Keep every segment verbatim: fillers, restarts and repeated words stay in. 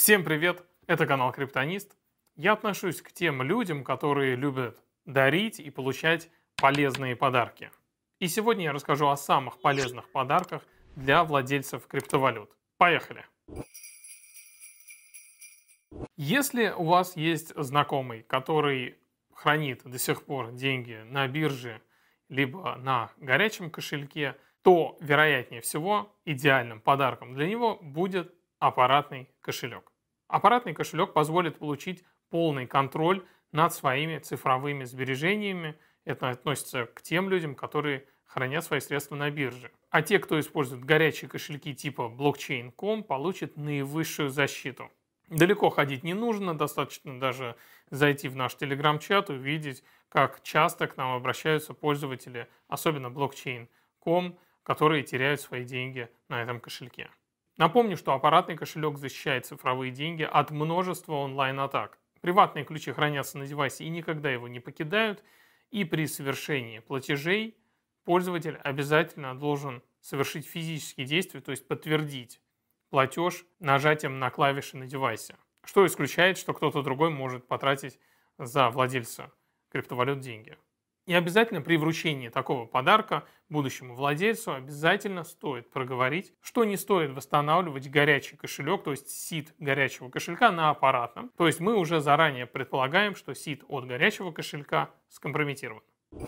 Всем привет! Это канал Криптонист. Я отношусь к тем людям, которые любят дарить и получать полезные подарки. И сегодня я расскажу о самых полезных подарках для владельцев криптовалют. Поехали! Если у вас есть знакомый, который хранит до сих пор деньги на бирже либо на горячем кошельке, то, вероятнее всего, идеальным подарком для него будет аппаратный кошелек. Аппаратный кошелек позволит получить полный контроль над своими цифровыми сбережениями. Это относится к тем людям, которые хранят свои средства на бирже. А те, кто использует горячие кошельки типа блокчейн точка ком, получат наивысшую защиту. Далеко ходить не нужно, достаточно даже зайти в наш телеграм-чат и увидеть, как часто к нам обращаются пользователи, особенно блокчейн точка ком, которые теряют свои деньги на этом кошельке. Напомню, что аппаратный кошелек защищает цифровые деньги от множества онлайн-атак. Приватные ключи хранятся на девайсе и никогда его не покидают. И при совершении платежей пользователь обязательно должен совершить физические действия, то есть подтвердить платеж нажатием на клавиши на девайсе. Что исключает, что кто-то другой может потратить за владельца криптовалют деньги. И обязательно при вручении такого подарка будущему владельцу обязательно стоит проговорить, что не стоит восстанавливать горячий кошелек, то есть сид горячего кошелька на аппаратном. То есть мы уже заранее предполагаем, что сид от горячего кошелька скомпрометирован.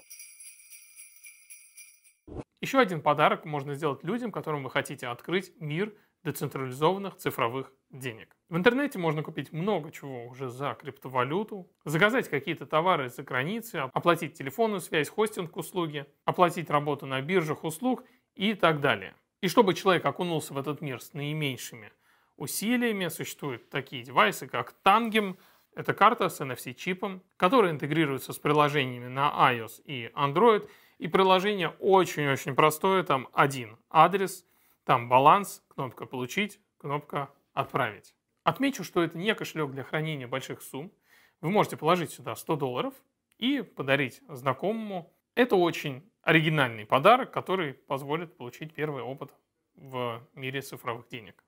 Еще один подарок можно сделать людям, которым вы хотите открыть мир децентрализованных цифровых денег. В интернете можно купить много чего уже за криптовалюту, заказать какие-то товары из-за границы, оплатить телефонную связь, хостинг-услуги, оплатить работу на биржах услуг и так далее. И чтобы человек окунулся в этот мир с наименьшими усилиями, существуют такие девайсы, как Tangem. Это карта с эн эф си-чипом, которая интегрируется с приложениями на iOS и Android. И приложение очень-очень простое, там один адрес, там баланс, кнопка «Получить», кнопка «Отправить». Отмечу, что это не кошелек для хранения больших сумм. Вы можете положить сюда сто долларов и подарить знакомому. Это очень оригинальный подарок, который позволит получить первый опыт в мире цифровых денег.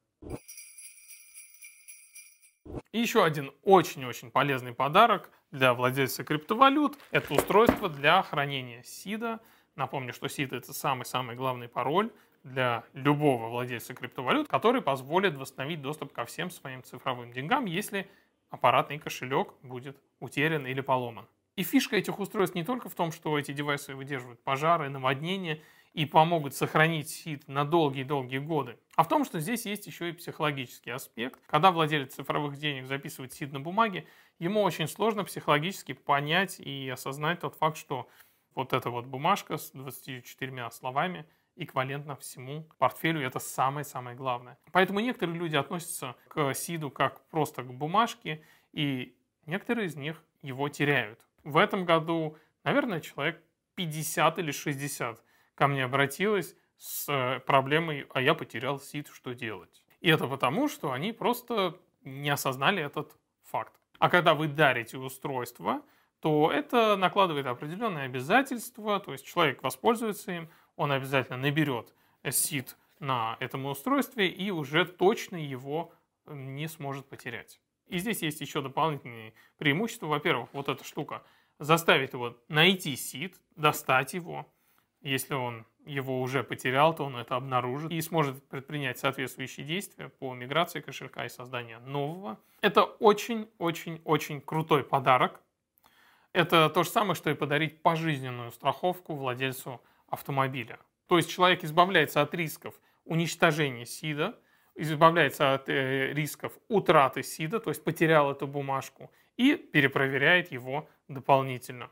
И еще один очень-очень полезный подарок для владельца криптовалют – это устройство для хранения сида. Напомню, что сид – это самый-самый главный пароль для любого владельца криптовалют, который позволит восстановить доступ ко всем своим цифровым деньгам, если аппаратный кошелек будет утерян или поломан. И фишка этих устройств не только в том, что эти девайсы выдерживают пожары, наводнения и помогут сохранить сид на долгие-долгие годы, а в том, что здесь есть еще и психологический аспект. Когда владелец цифровых денег записывает сид на бумаге, ему очень сложно психологически понять и осознать тот факт, что вот эта вот бумажка с двадцатью четырьмя словами эквивалентно всему портфелю, это самое-самое главное. Поэтому некоторые люди относятся к сиду как просто к бумажке, и некоторые из них его теряют. В этом году, наверное, человек пятьдесят или шестьдесят ко мне обратилось с проблемой: а я потерял сид, что делать? И это потому, что они просто не осознали этот факт. А когда вы дарите устройство, то это накладывает определенные обязательства, то есть человек воспользуется им, он обязательно наберет сид на этом устройстве и уже точно его не сможет потерять. И здесь есть еще дополнительные преимущества. Во-первых, вот эта штука заставит его найти сид, достать его. Если он его уже потерял, то он это обнаружит и сможет предпринять соответствующие действия по миграции кошелька и созданию нового. Это очень-очень-очень крутой подарок. Это то же самое, что и подарить пожизненную страховку владельцу автомобиля. То есть человек избавляется от рисков уничтожения сида, избавляется от э, рисков утраты сида, то есть потерял эту бумажку, и перепроверяет его дополнительно.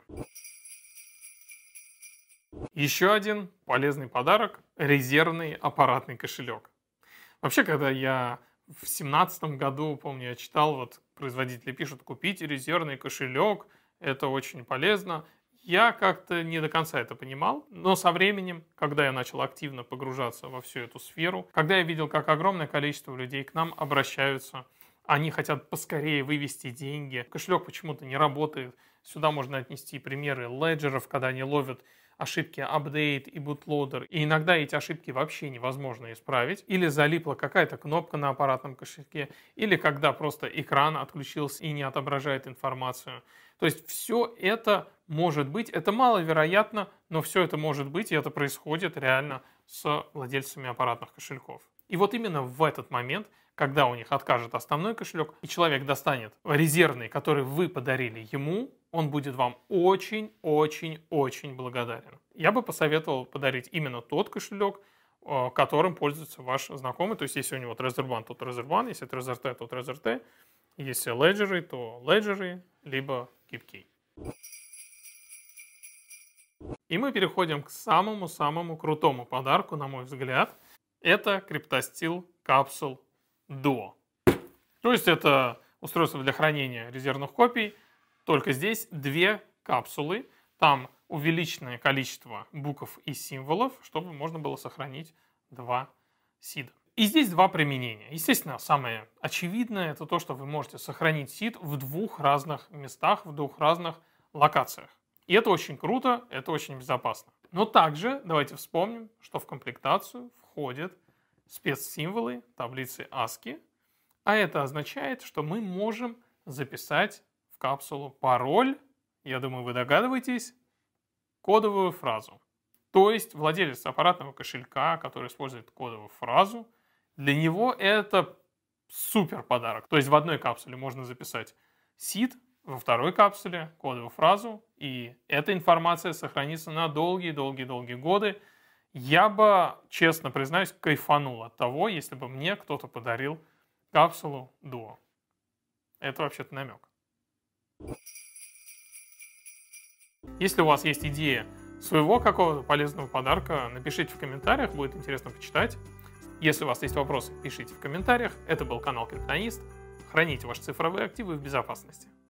Еще один полезный подарок – резервный аппаратный кошелек. Вообще, когда я в две тысячи семнадцатом году, помню, я читал, вот производители пишут: купите резервный кошелек, это очень полезно. Я как-то не до конца это понимал, но со временем, когда я начал активно погружаться во всю эту сферу, когда я видел, как огромное количество людей к нам обращаются, они хотят поскорее вывести деньги, кошелек почему-то не работает. Сюда можно отнести примеры леджеров, когда они ловят ошибки update и bootloader, и иногда эти ошибки вообще невозможно исправить, или залипла какая-то кнопка на аппаратном кошельке, или когда просто экран отключился и не отображает информацию. То есть все это может быть, это маловероятно, но все это может быть, и это происходит реально с владельцами аппаратных кошельков. И вот именно в этот момент, когда у них откажет основной кошелек, и человек достанет резервный, который вы подарили ему, он будет вам очень-очень-очень благодарен. Я бы посоветовал подарить именно тот кошелек, которым пользуется ваш знакомый. То есть, если у него Trezor One, то Trezor One, если Trezor T, то Trezor T, если Ledger, то Ledger, либо KeepKey. И мы переходим к самому-самому крутому подарку, на мой взгляд. Это CryptoSteel Capsule Duo. То есть это устройство для хранения резервных копий. Только здесь две капсулы. Там увеличенное количество букв и символов, чтобы можно было сохранить два сида. И здесь два применения. Естественно, самое очевидное — это то, что вы можете сохранить сид в двух разных местах, в двух разных локациях. И это очень круто, это очень безопасно. Но также давайте вспомним, что в комплектацию входят спецсимволы таблицы ASCII, а это означает, что мы можем записать в капсулу пароль, я думаю, вы догадываетесь, кодовую фразу. То есть владелец аппаратного кошелька, который использует кодовую фразу, для него это супер подарок. То есть в одной капсуле можно записать сид, во второй капсуле кодовую фразу, и эта информация сохранится на долгие-долгие-долгие годы. Я бы, честно признаюсь, кайфанул от того, если бы мне кто-то подарил капсулу Duo. Это вообще-то намек. Если у вас есть идея своего какого-то полезного подарка, напишите в комментариях, будет интересно почитать. Если у вас есть вопросы, пишите в комментариях. Это был канал Криптонист. Храните ваши цифровые активы в безопасности.